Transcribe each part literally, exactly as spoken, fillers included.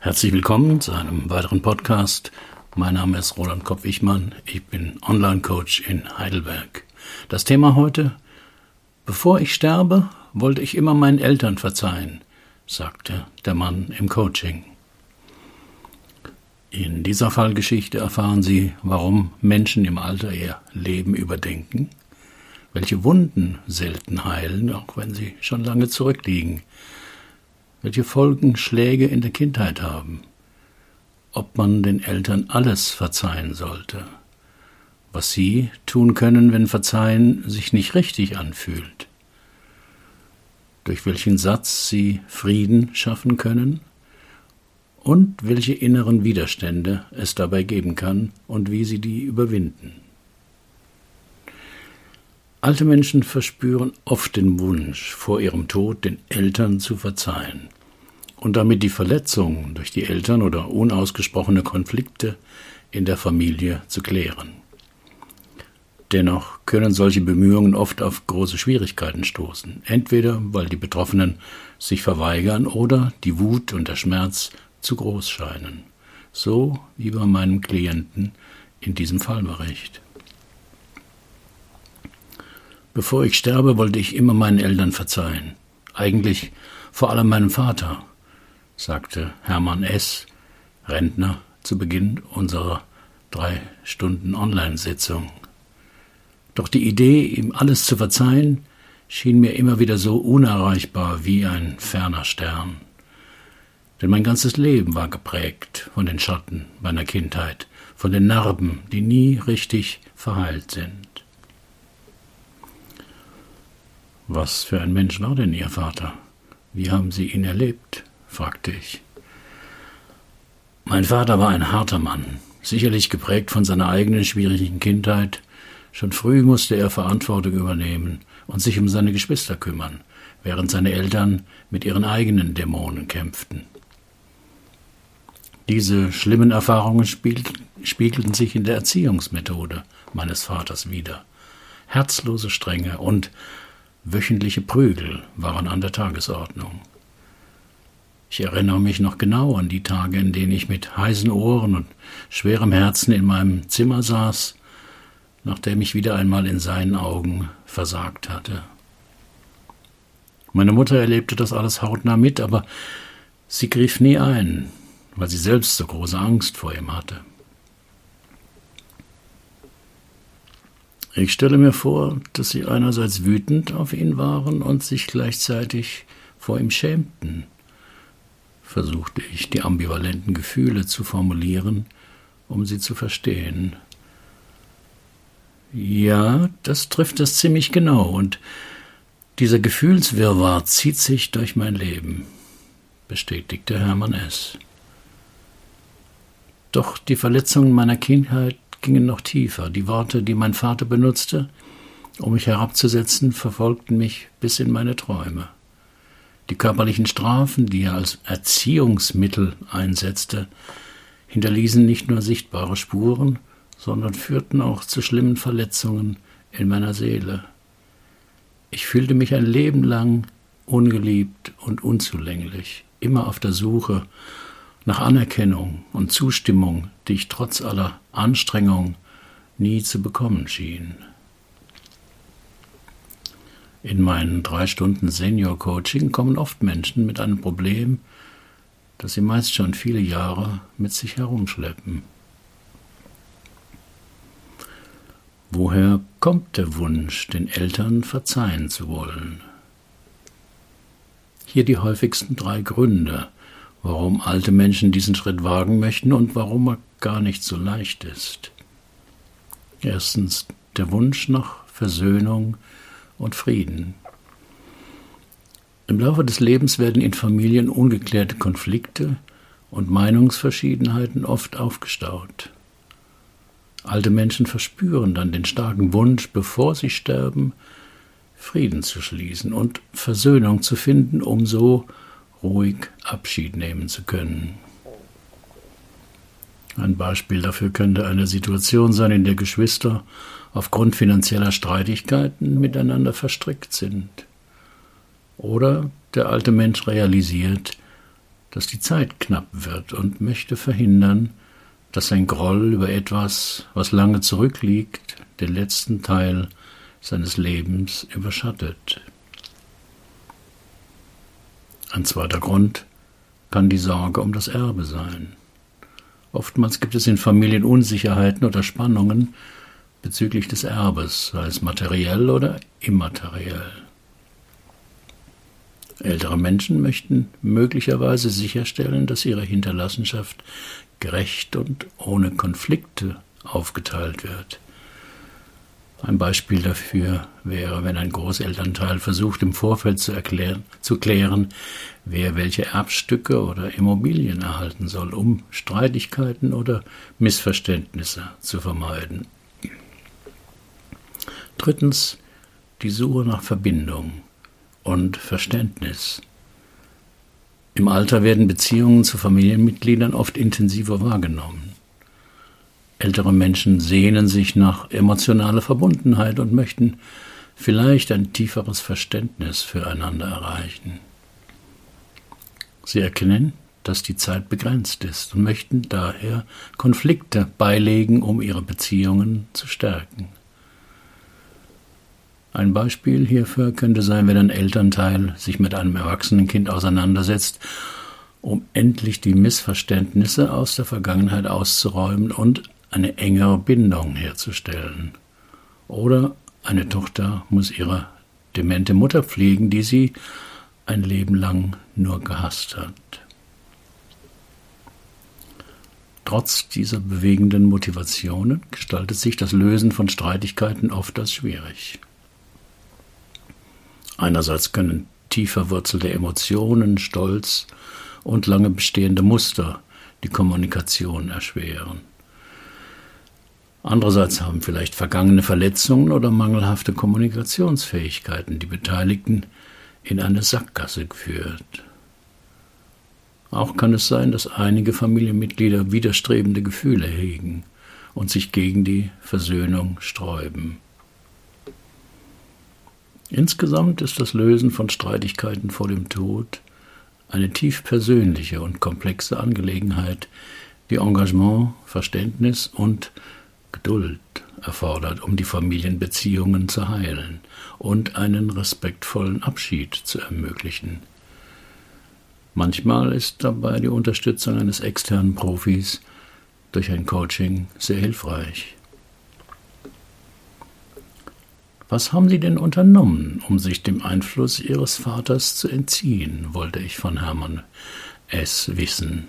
Herzlich willkommen zu einem weiteren Podcast. Mein Name ist Roland Kopp-Wichmann. Ich bin Online-Coach in Heidelberg. Das Thema heute: Bevor ich sterbe, wollte ich immer meinen Eltern verzeihen, sagte der Mann im Coaching. In dieser Fallgeschichte erfahren Sie, warum Menschen im Alter ihr Leben überdenken, welche Wunden selten heilen, auch wenn sie schon lange zurückliegen, welche Folgen Schläge in der Kindheit haben, ob man den Eltern alles verzeihen sollte, was sie tun können, wenn Verzeihen sich nicht richtig anfühlt, durch welchen Satz sie Frieden schaffen können und welche inneren Widerstände es dabei geben kann und wie sie die überwinden. Alte Menschen verspüren oft den Wunsch, vor ihrem Tod den Eltern zu verzeihen und damit die Verletzungen durch die Eltern oder unausgesprochene Konflikte in der Familie zu klären. Dennoch können solche Bemühungen oft auf große Schwierigkeiten stoßen, entweder weil die Betroffenen sich verweigern oder die Wut und der Schmerz zu groß scheinen, so wie bei meinem Klienten in diesem Fallbericht. Bevor ich sterbe, wollte ich immer meinen Eltern verzeihen. Eigentlich vor allem meinem Vater, sagte Hermann S., Rentner, zu Beginn unserer drei Stunden Online-Sitzung. Doch die Idee, ihm alles zu verzeihen, schien mir immer wieder so unerreichbar wie ein ferner Stern. Denn mein ganzes Leben war geprägt von den Schatten meiner Kindheit, von den Narben, die nie richtig verheilt sind. Was für ein Mensch war denn Ihr Vater? Wie haben Sie ihn erlebt? Fragte ich. Mein Vater war ein harter Mann, sicherlich geprägt von seiner eigenen schwierigen Kindheit. Schon früh musste er Verantwortung übernehmen und sich um seine Geschwister kümmern, während seine Eltern mit ihren eigenen Dämonen kämpften. Diese schlimmen Erfahrungen spiegelten sich in der Erziehungsmethode meines Vaters wider. Herzlose Strenge und wöchentliche Prügel waren an der Tagesordnung. Ich erinnere mich noch genau an die Tage, in denen ich mit heißen Ohren und schwerem Herzen in meinem Zimmer saß, nachdem ich wieder einmal in seinen Augen versagt hatte. Meine Mutter erlebte das alles hautnah mit, aber sie griff nie ein, weil sie selbst so große Angst vor ihm hatte. Ich stelle mir vor, dass sie einerseits wütend auf ihn waren und sich gleichzeitig vor ihm schämten. Versuchte ich, die ambivalenten Gefühle zu formulieren, um sie zu verstehen. Ja, das trifft es ziemlich genau, und dieser Gefühlswirrwarr zieht sich durch mein Leben, bestätigte Hermann S. Doch die Verletzungen meiner Kindheit gingen noch tiefer. Die Worte, die mein Vater benutzte, um mich herabzusetzen, verfolgten mich bis in meine Träume. Die körperlichen Strafen, die er als Erziehungsmittel einsetzte, hinterließen nicht nur sichtbare Spuren, sondern führten auch zu schlimmen Verletzungen in meiner Seele. Ich fühlte mich ein Leben lang ungeliebt und unzulänglich, immer auf der Suche nach Anerkennung und Zustimmung, die ich trotz aller Anstrengung nie zu bekommen schien. In meinen drei Stunden Senior-Coaching kommen oft Menschen mit einem Problem, das sie meist schon viele Jahre mit sich herumschleppen. Woher kommt der Wunsch, den Eltern verzeihen zu wollen? Hier die häufigsten drei Gründe, warum alte Menschen diesen Schritt wagen möchten und warum er gar nicht so leicht ist. Erstens der Wunsch nach Versöhnung und Frieden. Im Laufe des Lebens werden in Familien ungeklärte Konflikte und Meinungsverschiedenheiten oft aufgestaut. Alte Menschen verspüren dann den starken Wunsch, bevor sie sterben, Frieden zu schließen und Versöhnung zu finden, um so ruhig Abschied nehmen zu können. Ein Beispiel dafür könnte eine Situation sein, in der Geschwister aufgrund finanzieller Streitigkeiten miteinander verstrickt sind. Oder der alte Mensch realisiert, dass die Zeit knapp wird und möchte verhindern, dass sein Groll über etwas, was lange zurückliegt, den letzten Teil seines Lebens überschattet. Ein zweiter Grund kann die Sorge um das Erbe sein. Oftmals gibt es in Familien Unsicherheiten oder Spannungen bezüglich des Erbes, sei es materiell oder immateriell. Ältere Menschen möchten möglicherweise sicherstellen, dass ihre Hinterlassenschaft gerecht und ohne Konflikte aufgeteilt wird. Ein Beispiel dafür wäre, wenn ein Großelternteil versucht, im Vorfeld zu, erklären, zu klären, wer welche Erbstücke oder Immobilien erhalten soll, um Streitigkeiten oder Missverständnisse zu vermeiden. Drittens, die Suche nach Verbindung und Verständnis. Im Alter werden Beziehungen zu Familienmitgliedern oft intensiver wahrgenommen. Ältere Menschen sehnen sich nach emotionaler Verbundenheit und möchten vielleicht ein tieferes Verständnis füreinander erreichen. Sie erkennen, dass die Zeit begrenzt ist und möchten daher Konflikte beilegen, um ihre Beziehungen zu stärken. Ein Beispiel hierfür könnte sein, wenn ein Elternteil sich mit einem erwachsenen Kind auseinandersetzt, um endlich die Missverständnisse aus der Vergangenheit auszuräumen und eine engere Bindung herzustellen. Oder eine Tochter muss ihre demente Mutter pflegen, die sie ein Leben lang nur gehasst hat. Trotz dieser bewegenden Motivationen gestaltet sich das Lösen von Streitigkeiten oft als schwierig. Einerseits können tief verwurzelte Emotionen, Stolz und lange bestehende Muster die Kommunikation erschweren. Andererseits haben vielleicht vergangene Verletzungen oder mangelhafte Kommunikationsfähigkeiten die Beteiligten in eine Sackgasse geführt. Auch kann es sein, dass einige Familienmitglieder widerstrebende Gefühle hegen und sich gegen die Versöhnung sträuben. Insgesamt ist das Lösen von Streitigkeiten vor dem Tod eine tief persönliche und komplexe Angelegenheit, die Engagement, Verständnis und Geduld erfordert, um die Familienbeziehungen zu heilen und einen respektvollen Abschied zu ermöglichen. Manchmal ist dabei die Unterstützung eines externen Profis durch ein Coaching sehr hilfreich. Was haben Sie denn unternommen, um sich dem Einfluss Ihres Vaters zu entziehen, wollte ich von Hermann S. wissen.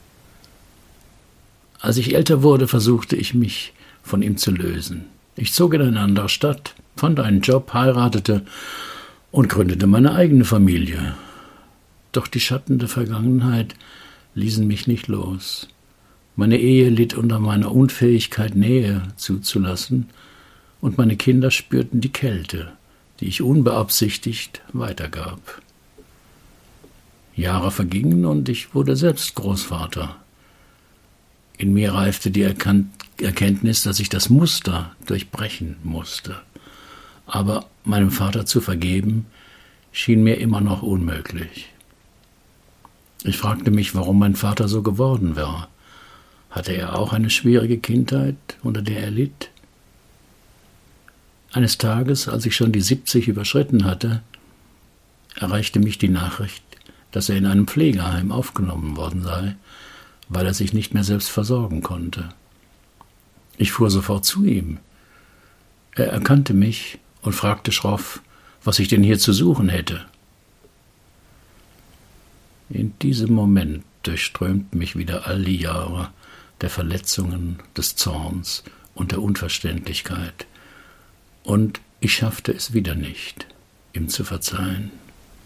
Als ich älter wurde, versuchte ich mich von ihm zu lösen. Ich zog in eine andere Stadt, fand einen Job, heiratete und gründete meine eigene Familie. Doch die Schatten der Vergangenheit ließen mich nicht los. Meine Ehe litt unter meiner Unfähigkeit, Nähe zuzulassen, und meine Kinder spürten die Kälte, die ich unbeabsichtigt weitergab. Jahre vergingen und ich wurde selbst Großvater. In mir reifte die Erkenntnis, dass ich das Muster durchbrechen musste. Aber meinem Vater zu vergeben, schien mir immer noch unmöglich. Ich fragte mich, warum mein Vater so geworden war. Hatte er auch eine schwierige Kindheit, unter der er litt? Eines Tages, als ich schon die siebzig überschritten hatte, erreichte mich die Nachricht, dass er in einem Pflegeheim aufgenommen worden sei, weil er sich nicht mehr selbst versorgen konnte. Ich fuhr sofort zu ihm. Er erkannte mich und fragte schroff, was ich denn hier zu suchen hätte. In diesem Moment durchströmten mich wieder all die Jahre der Verletzungen, des Zorns und der Unverständlichkeit, und ich schaffte es wieder nicht, ihm zu verzeihen.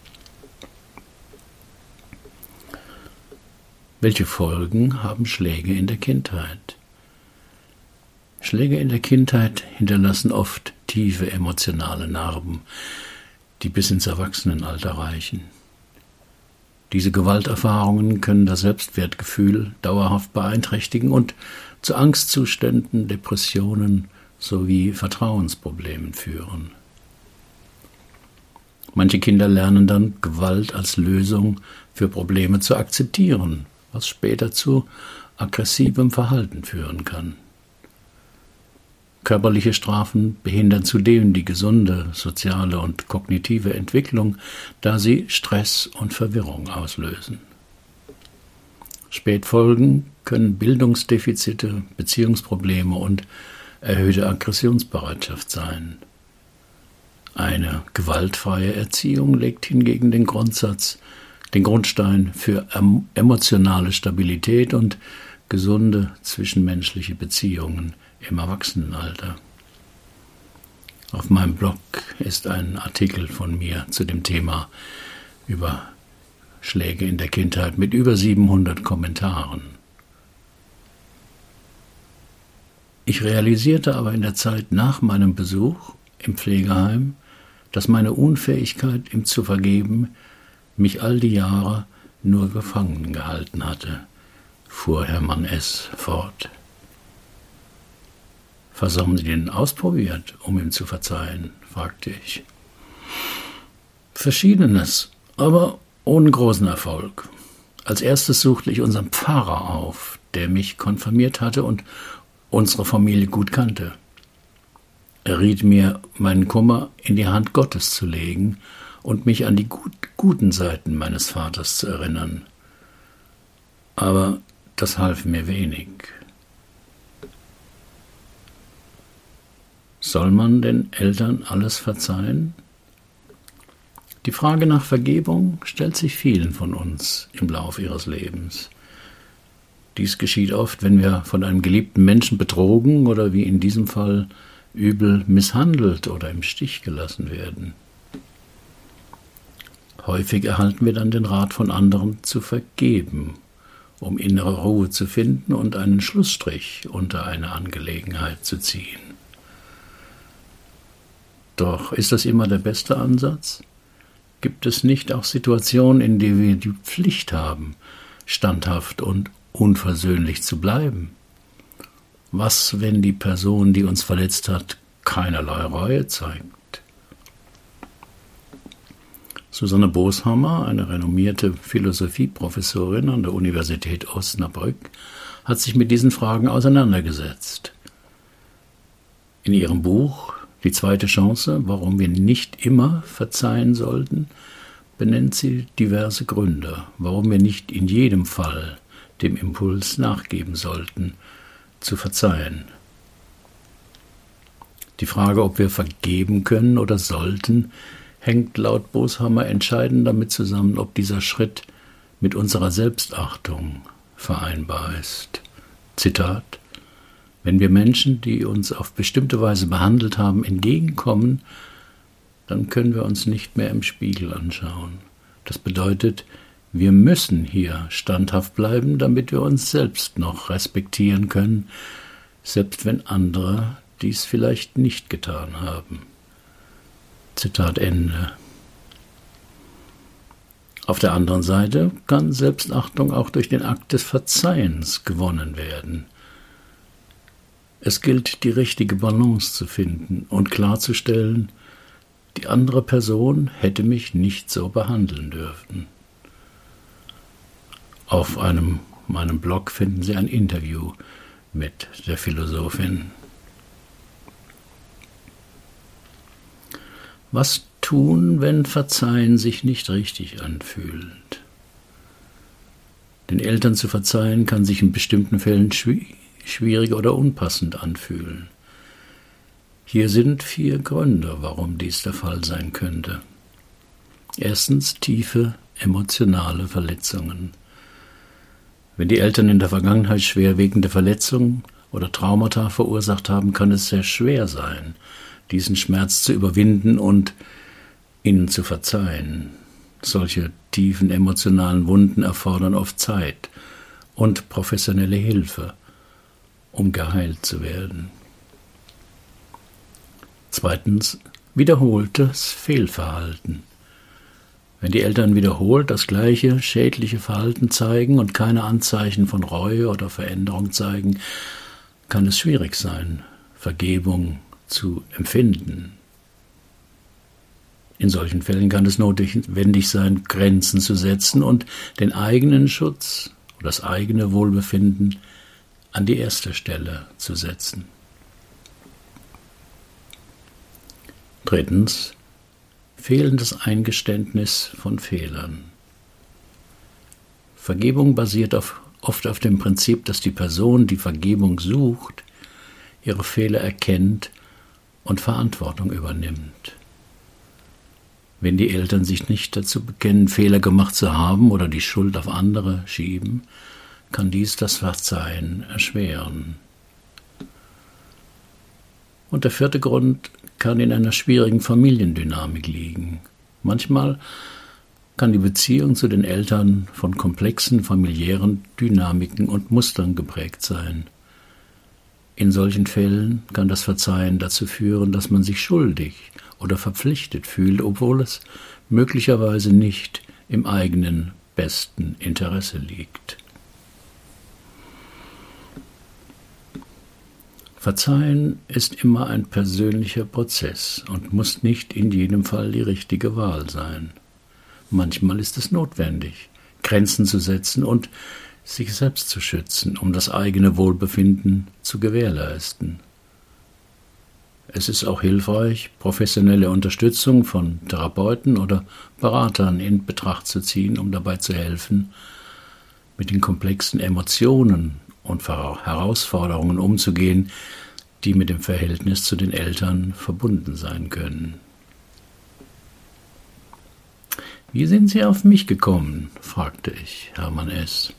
Welche Folgen haben Schläge in der Kindheit? Schläge in der Kindheit hinterlassen oft tiefe emotionale Narben, die bis ins Erwachsenenalter reichen. Diese Gewalterfahrungen können das Selbstwertgefühl dauerhaft beeinträchtigen und zu Angstzuständen, Depressionen sowie Vertrauensproblemen führen. Manche Kinder lernen dann, Gewalt als Lösung für Probleme zu akzeptieren, was später zu aggressivem Verhalten führen kann. Körperliche Strafen behindern zudem die gesunde soziale und kognitive Entwicklung, da sie Stress und Verwirrung auslösen. Spätfolgen können Bildungsdefizite, Beziehungsprobleme und erhöhte Aggressionsbereitschaft sein. Eine gewaltfreie Erziehung legt hingegen den Grundsatz, den Grundstein für emotionale Stabilität und gesunde zwischenmenschliche Beziehungen im Erwachsenenalter. Auf meinem Blog ist ein Artikel von mir zu dem Thema über Schläge in der Kindheit mit über siebenhundert Kommentaren. Ich realisierte aber in der Zeit nach meinem Besuch im Pflegeheim, dass meine Unfähigkeit, ihm zu vergeben, mich all die Jahre nur gefangen gehalten hatte, fuhr Hermann S. fort. Was haben Sie denn ausprobiert, um ihm zu verzeihen? Fragte ich. Verschiedenes, aber ohne großen Erfolg. Als erstes suchte ich unseren Pfarrer auf, der mich konfirmiert hatte und unsere Familie gut kannte. Er riet mir, meinen Kummer in die Hand Gottes zu legen und mich an die gut, guten Seiten meines Vaters zu erinnern. Aber das half mir wenig. Soll man den Eltern alles verzeihen? Die Frage nach Vergebung stellt sich vielen von uns im Lauf ihres Lebens. Dies geschieht oft, wenn wir von einem geliebten Menschen betrogen oder wie in diesem Fall übel misshandelt oder im Stich gelassen werden. Häufig erhalten wir dann den Rat von anderen zu vergeben, um innere Ruhe zu finden und einen Schlussstrich unter eine Angelegenheit zu ziehen. Doch ist das immer der beste Ansatz? Gibt es nicht auch Situationen, in denen wir die Pflicht haben, standhaft und unversöhnlich zu bleiben? Was, wenn die Person, die uns verletzt hat, keinerlei Reue zeigt? Susanne Boshammer, eine renommierte Philosophieprofessorin an der Universität Osnabrück, hat sich mit diesen Fragen auseinandergesetzt. In ihrem Buch »Die zweite Chance, warum wir nicht immer verzeihen sollten«, benennt sie diverse Gründe, warum wir nicht in jedem Fall dem Impuls nachgeben sollten, zu verzeihen. Die Frage, ob wir vergeben können oder sollten, hängt laut Boshammer entscheidend damit zusammen, ob dieser Schritt mit unserer Selbstachtung vereinbar ist. Zitat: Wenn wir Menschen, die uns auf bestimmte Weise behandelt haben, entgegenkommen, dann können wir uns nicht mehr im Spiegel anschauen. Das bedeutet, wir müssen hier standhaft bleiben, damit wir uns selbst noch respektieren können, selbst wenn andere dies vielleicht nicht getan haben. Zitat Ende. Auf der anderen Seite kann Selbstachtung auch durch den Akt des Verzeihens gewonnen werden. Es gilt, die richtige Balance zu finden und klarzustellen, die andere Person hätte mich nicht so behandeln dürfen. Auf einem meinem Blog finden Sie ein Interview mit der Philosophin. Was tun, wenn Verzeihen sich nicht richtig anfühlt? Den Eltern zu verzeihen kann sich in bestimmten Fällen schwierig oder unpassend anfühlen. Hier sind vier Gründe, warum dies der Fall sein könnte. Erstens tiefe emotionale Verletzungen. Wenn die Eltern in der Vergangenheit schwerwiegende Verletzungen oder Traumata verursacht haben, kann es sehr schwer sein, diesen Schmerz zu überwinden und ihnen zu verzeihen. Solche tiefen emotionalen Wunden erfordern oft Zeit und professionelle Hilfe, um geheilt zu werden. Zweitens, wiederholtes Fehlverhalten. Wenn die Eltern wiederholt das gleiche schädliche Verhalten zeigen und keine Anzeichen von Reue oder Veränderung zeigen, kann es schwierig sein, Vergebung zu empfinden. In solchen Fällen kann es notwendig sein, Grenzen zu setzen und den eigenen Schutz oder das eigene Wohlbefinden an die erste Stelle zu setzen. Drittens, fehlendes Eingeständnis von Fehlern. Vergebung basiert auf, oft auf dem Prinzip, dass die Person, die Vergebung sucht, ihre Fehler erkennt und Verantwortung übernimmt. Wenn die Eltern sich nicht dazu bekennen, Fehler gemacht zu haben oder die Schuld auf andere schieben, kann dies das Verzeihen erschweren. Und der vierte Grund kann in einer schwierigen Familiendynamik liegen. Manchmal kann die Beziehung zu den Eltern von komplexen familiären Dynamiken und Mustern geprägt sein. In solchen Fällen kann das Verzeihen dazu führen, dass man sich schuldig oder verpflichtet fühlt, obwohl es möglicherweise nicht im eigenen besten Interesse liegt. Verzeihen ist immer ein persönlicher Prozess und muss nicht in jedem Fall die richtige Wahl sein. Manchmal ist es notwendig, Grenzen zu setzen und sich selbst zu schützen, um das eigene Wohlbefinden zu gewährleisten. Es ist auch hilfreich, professionelle Unterstützung von Therapeuten oder Beratern in Betracht zu ziehen, um dabei zu helfen, mit den komplexen Emotionen und Herausforderungen umzugehen, die mit dem Verhältnis zu den Eltern verbunden sein können. »Wie sind Sie auf mich gekommen?« fragte ich Hermann S.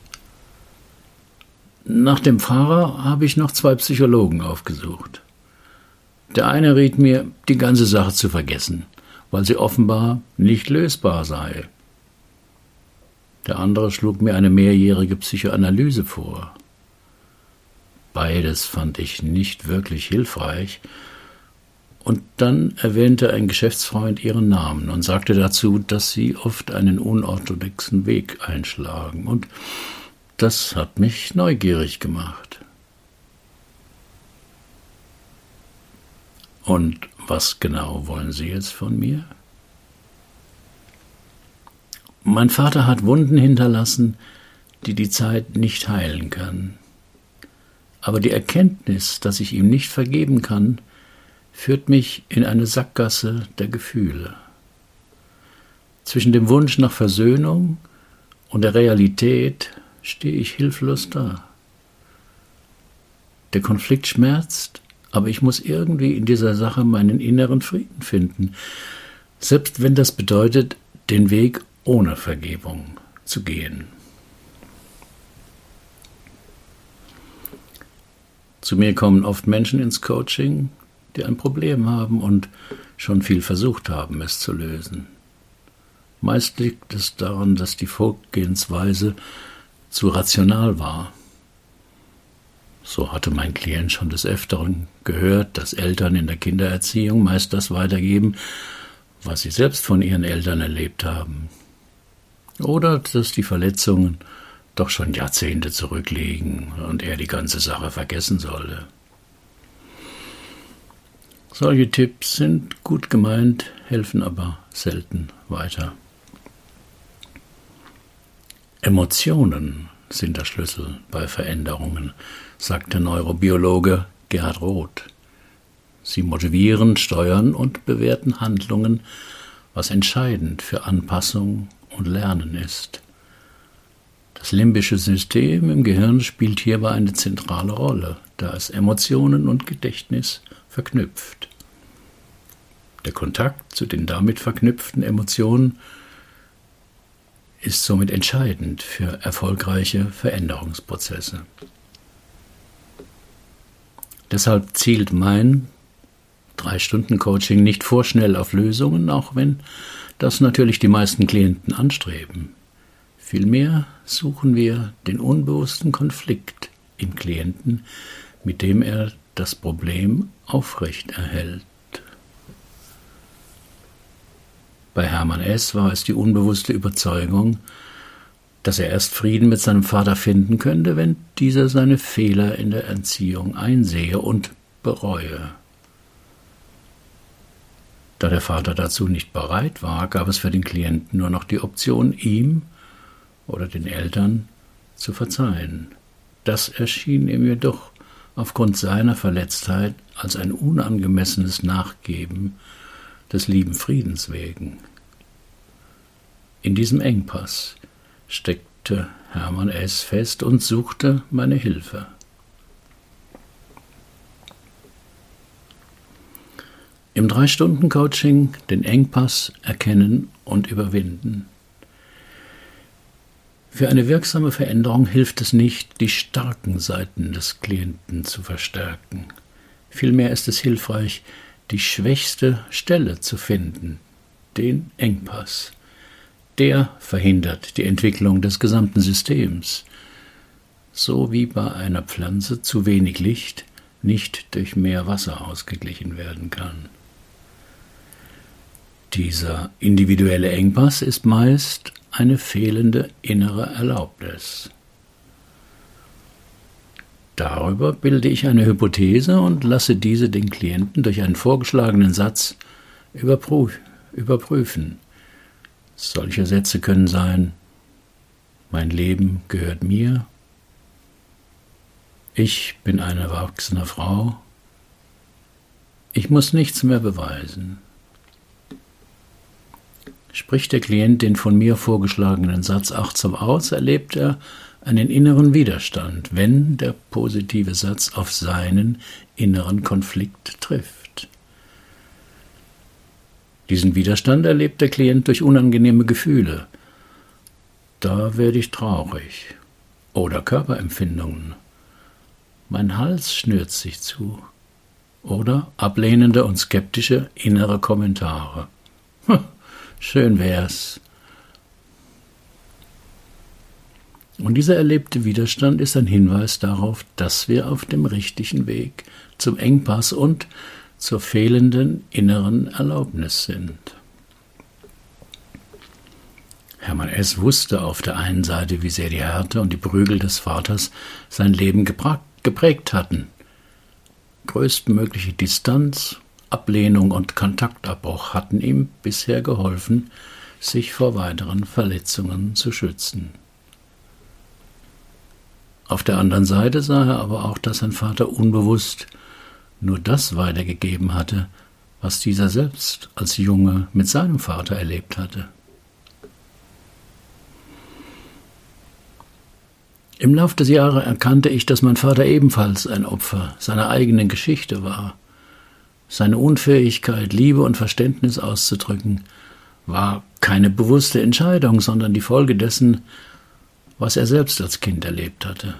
Nach dem Pfarrer habe ich noch zwei Psychologen aufgesucht. Der eine riet mir, die ganze Sache zu vergessen, weil sie offenbar nicht lösbar sei. Der andere schlug mir eine mehrjährige Psychoanalyse vor. Beides fand ich nicht wirklich hilfreich. Und dann erwähnte ein Geschäftsfreund ihren Namen und sagte dazu, dass sie oft einen unorthodoxen Weg einschlagen. Und das hat mich neugierig gemacht. Und was genau wollen Sie jetzt von mir? Mein Vater hat Wunden hinterlassen, die die Zeit nicht heilen kann. Aber die Erkenntnis, dass ich ihm nicht vergeben kann, führt mich in eine Sackgasse der Gefühle. Zwischen dem Wunsch nach Versöhnung und der Realität stehe ich hilflos da. Der Konflikt schmerzt, aber ich muss irgendwie in dieser Sache meinen inneren Frieden finden, selbst wenn das bedeutet, den Weg ohne Vergebung zu gehen. Zu mir kommen oft Menschen ins Coaching, die ein Problem haben und schon viel versucht haben, es zu lösen. Meist liegt es daran, dass die Vorgehensweise zu rational war. So hatte mein Klient schon des Öfteren gehört, dass Eltern in der Kindererziehung meist das weitergeben, was sie selbst von ihren Eltern erlebt haben. Oder dass die Verletzungen doch schon Jahrzehnte zurückliegen und er die ganze Sache vergessen solle. Solche Tipps sind gut gemeint, helfen aber selten weiter. Emotionen sind der Schlüssel bei Veränderungen, sagt der Neurobiologe Gerhard Roth. Sie motivieren, steuern und bewerten Handlungen, was entscheidend für Anpassung und Lernen ist. Das limbische System im Gehirn spielt hierbei eine zentrale Rolle, da es Emotionen und Gedächtnis verknüpft. Der Kontakt zu den damit verknüpften Emotionen ist somit entscheidend für erfolgreiche Veränderungsprozesse. Deshalb zielt mein Drei-Stunden-Coaching nicht vorschnell auf Lösungen, auch wenn das natürlich die meisten Klienten anstreben. Vielmehr suchen wir den unbewussten Konflikt im Klienten, mit dem er das Problem aufrecht erhält. Bei Hermann S. war es die unbewusste Überzeugung, dass er erst Frieden mit seinem Vater finden könnte, wenn dieser seine Fehler in der Erziehung einsehe und bereue. Da der Vater dazu nicht bereit war, gab es für den Klienten nur noch die Option, ihm oder den Eltern zu verzeihen. Das erschien ihm jedoch aufgrund seiner Verletztheit als ein unangemessenes Nachgeben des lieben Friedens wegen. In diesem Engpass steckte Hermann S. fest und suchte meine Hilfe. Im Drei-Stunden-Coaching den Engpass erkennen und überwinden. Für eine wirksame Veränderung hilft es nicht, die starken Seiten des Klienten zu verstärken. Vielmehr ist es hilfreich, die schwächste Stelle zu finden, den Engpass. Der verhindert die Entwicklung des gesamten Systems. So wie bei einer Pflanze zu wenig Licht nicht durch mehr Wasser ausgeglichen werden kann. Dieser individuelle Engpass ist meist eine fehlende innere Erlaubnis. Darüber bilde ich eine Hypothese und lasse diese den Klienten durch einen vorgeschlagenen Satz überprüf- überprüfen. Solche Sätze können sein: Mein Leben gehört mir. Ich bin eine erwachsene Frau. Ich muss nichts mehr beweisen. Spricht der Klient den von mir vorgeschlagenen Satz achtsam aus, erlebt er einen inneren Widerstand, wenn der positive Satz auf seinen inneren Konflikt trifft. Diesen Widerstand erlebt der Klient durch unangenehme Gefühle. Da werde ich traurig. Oder Körperempfindungen. Mein Hals schnürt sich zu. Oder ablehnende und skeptische innere Kommentare. Hm, schön wär's. Und dieser erlebte Widerstand ist ein Hinweis darauf, dass wir auf dem richtigen Weg zum Engpass und zur fehlenden inneren Erlaubnis sind. Hermann S. wusste auf der einen Seite, wie sehr die Härte und die Prügel des Vaters sein Leben geprägt hatten. Größtmögliche Distanz, Ablehnung und Kontaktabbruch hatten ihm bisher geholfen, sich vor weiteren Verletzungen zu schützen. Auf der anderen Seite sah er aber auch, dass sein Vater unbewusst nur das weitergegeben hatte, was dieser selbst als Junge mit seinem Vater erlebt hatte. Im Lauf der Jahre erkannte ich, dass mein Vater ebenfalls ein Opfer seiner eigenen Geschichte war. Seine Unfähigkeit, Liebe und Verständnis auszudrücken, war keine bewusste Entscheidung, sondern die Folge dessen, was er selbst als Kind erlebt hatte.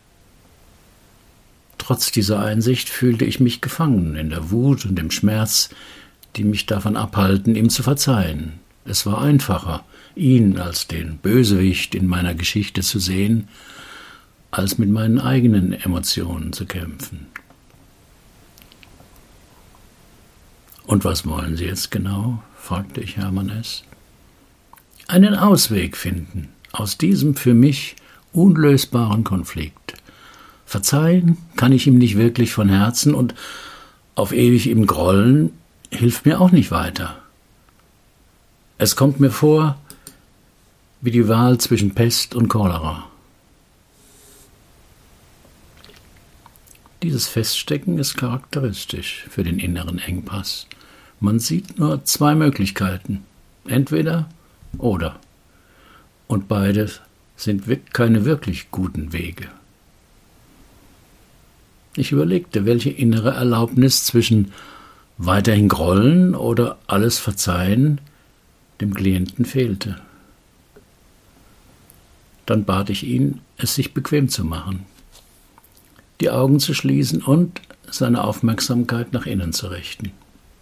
Trotz dieser Einsicht fühlte ich mich gefangen in der Wut und dem Schmerz, die mich davon abhalten, ihm zu verzeihen. Es war einfacher, ihn als den Bösewicht in meiner Geschichte zu sehen, als mit meinen eigenen Emotionen zu kämpfen. »Und was wollen Sie jetzt genau?« fragte ich Hermann S. »Einen Ausweg finden aus diesem für mich unlösbaren Konflikt. Verzeihen kann ich ihm nicht wirklich von Herzen und auf ewig ihm grollen hilft mir auch nicht weiter. Es kommt mir vor wie die Wahl zwischen Pest und Cholera. Dieses Feststecken ist charakteristisch für den inneren Engpass. Man sieht nur zwei Möglichkeiten, entweder oder. Und beides sind keine wirklich guten Wege. Ich überlegte, welche innere Erlaubnis zwischen weiterhin grollen oder alles verzeihen dem Klienten fehlte. Dann bat ich ihn, es sich bequem zu machen, die Augen zu schließen und seine Aufmerksamkeit nach innen zu richten.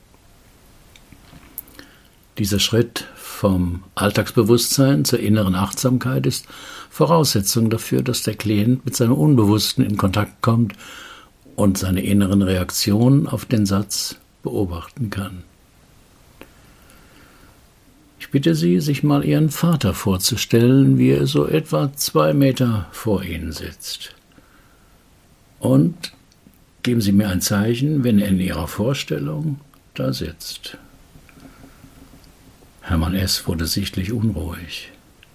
Dieser Schritt vom Alltagsbewusstsein zur inneren Achtsamkeit ist Voraussetzung dafür, dass der Klient mit seinem Unbewussten in Kontakt kommt und seine inneren Reaktionen auf den Satz beobachten kann. Ich bitte Sie, sich mal Ihren Vater vorzustellen, wie er so etwa zwei Meter vor Ihnen sitzt. Und geben Sie mir ein Zeichen, wenn er in Ihrer Vorstellung da sitzt. Hermann S. wurde sichtlich unruhig.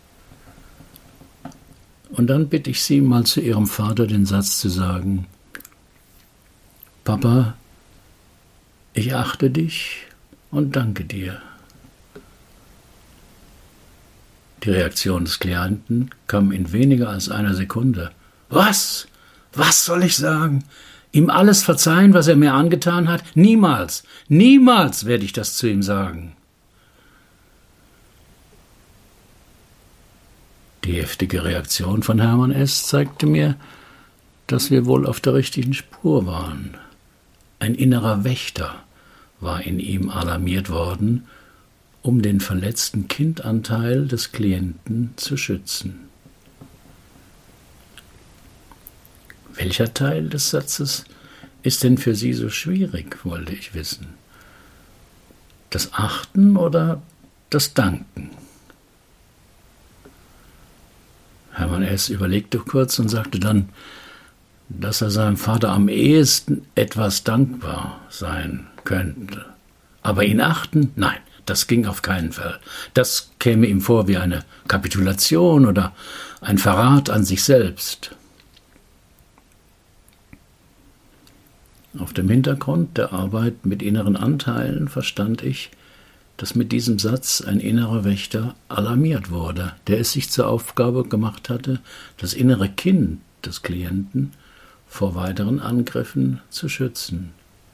Und dann bitte ich Sie mal zu Ihrem Vater den Satz zu sagen: Papa, ich achte dich und danke dir. Die Reaktion des Klienten kam in weniger als einer Sekunde. Was? Was soll ich sagen? Ihm alles verzeihen, was er mir angetan hat? Niemals, niemals werde ich das zu ihm sagen. Die heftige Reaktion von Hermann S. zeigte mir, dass wir wohl auf der richtigen Spur waren. Ein innerer Wächter war in ihm alarmiert worden, um den verletzten Kindanteil des Klienten zu schützen. Welcher Teil des Satzes ist denn für Sie so schwierig, wollte ich wissen. Das Achten oder das Danken? Hermann S. überlegte kurz und sagte dann, dass er seinem Vater am ehesten etwas dankbar sein könnte. Aber ihn achten? Nein, das ging auf keinen Fall. Das käme ihm vor wie eine Kapitulation oder ein Verrat an sich selbst. Auf dem Hintergrund der Arbeit mit inneren Anteilen verstand ich, dass mit diesem Satz ein innerer Wächter alarmiert wurde, der es sich zur Aufgabe gemacht hatte, das innere Kind des Klienten vor weiteren Angriffen zu schützen.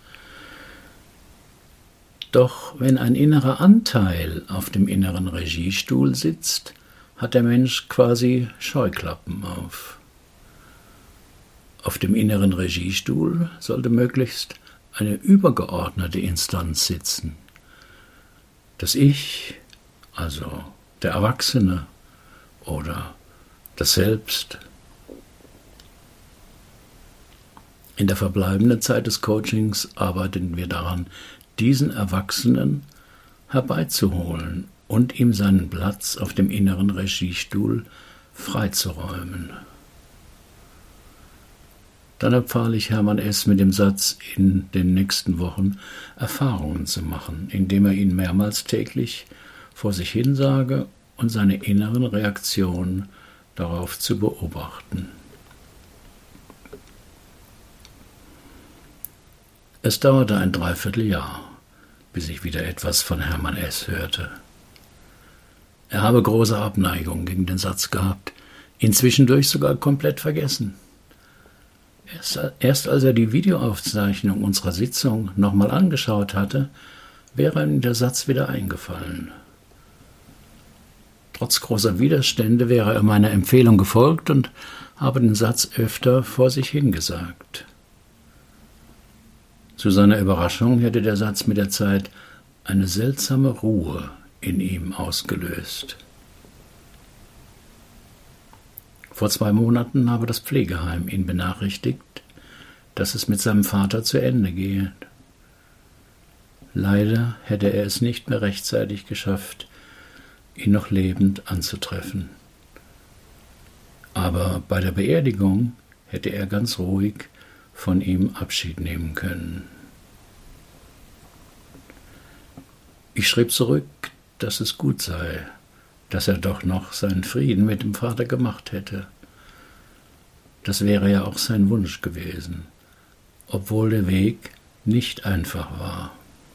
Doch wenn ein innerer Anteil auf dem inneren Regiestuhl sitzt, hat der Mensch quasi Scheuklappen auf. Auf dem inneren Regiestuhl sollte möglichst eine übergeordnete Instanz sitzen. Das Ich, also der Erwachsene oder das Selbst. In der verbleibenden Zeit des Coachings arbeiteten wir daran, diesen Erwachsenen herbeizuholen und ihm seinen Platz auf dem inneren Regiestuhl freizuräumen. Dann empfahl ich Hermann S. mit dem Satz, in den nächsten Wochen Erfahrungen zu machen, indem er ihn mehrmals täglich vor sich hin sage und seine inneren Reaktionen darauf zu beobachten. Es dauerte ein Dreivierteljahr, bis ich wieder etwas von Hermann S. hörte. Er habe große Abneigung gegen den Satz gehabt, ihn zwischendurch sogar komplett vergessen. Erst, erst als er die Videoaufzeichnung unserer Sitzung nochmal angeschaut hatte, wäre ihm der Satz wieder eingefallen. Trotz großer Widerstände wäre er meiner Empfehlung gefolgt und habe den Satz öfter vor sich hingesagt. Zu seiner Überraschung hätte der Satz mit der Zeit eine seltsame Ruhe in ihm ausgelöst. Vor zwei Monaten habe das Pflegeheim ihn benachrichtigt, dass es mit seinem Vater zu Ende gehe. Leider hätte er es nicht mehr rechtzeitig geschafft, ihn noch lebend anzutreffen. Aber bei der Beerdigung hätte er ganz ruhig von ihm Abschied nehmen können. Ich schrieb zurück, dass es gut sei, dass er doch noch seinen Frieden mit dem Vater gemacht hätte. Das wäre ja auch sein Wunsch gewesen, obwohl der Weg nicht einfach war.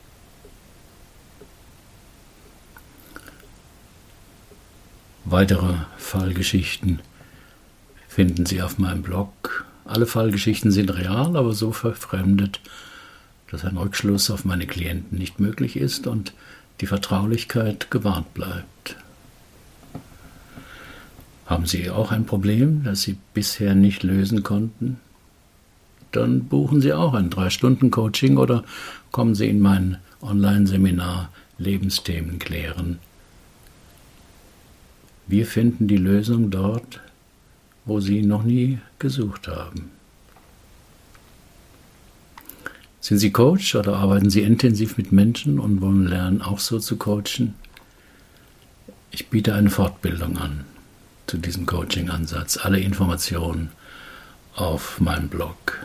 Weitere Fallgeschichten finden Sie auf meinem Blog. Alle Fallgeschichten sind real, aber so verfremdet, dass ein Rückschluss auf meine Klienten nicht möglich ist und die Vertraulichkeit gewahrt bleibt. Haben Sie auch ein Problem, das Sie bisher nicht lösen konnten? Dann buchen Sie auch ein drei Stunden Coaching oder kommen Sie in mein Online-Seminar Lebensthemen klären. Wir finden die Lösung dort, wo Sie noch nie gesucht haben. Sind Sie Coach oder arbeiten Sie intensiv mit Menschen und wollen lernen, auch so zu coachen? Ich biete eine Fortbildung an zu diesem Coaching-Ansatz. Alle Informationen auf meinem Blog.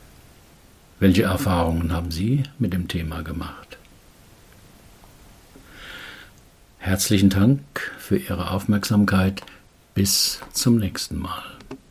Welche Erfahrungen haben Sie mit dem Thema gemacht? Herzlichen Dank für Ihre Aufmerksamkeit. Bis zum nächsten Mal.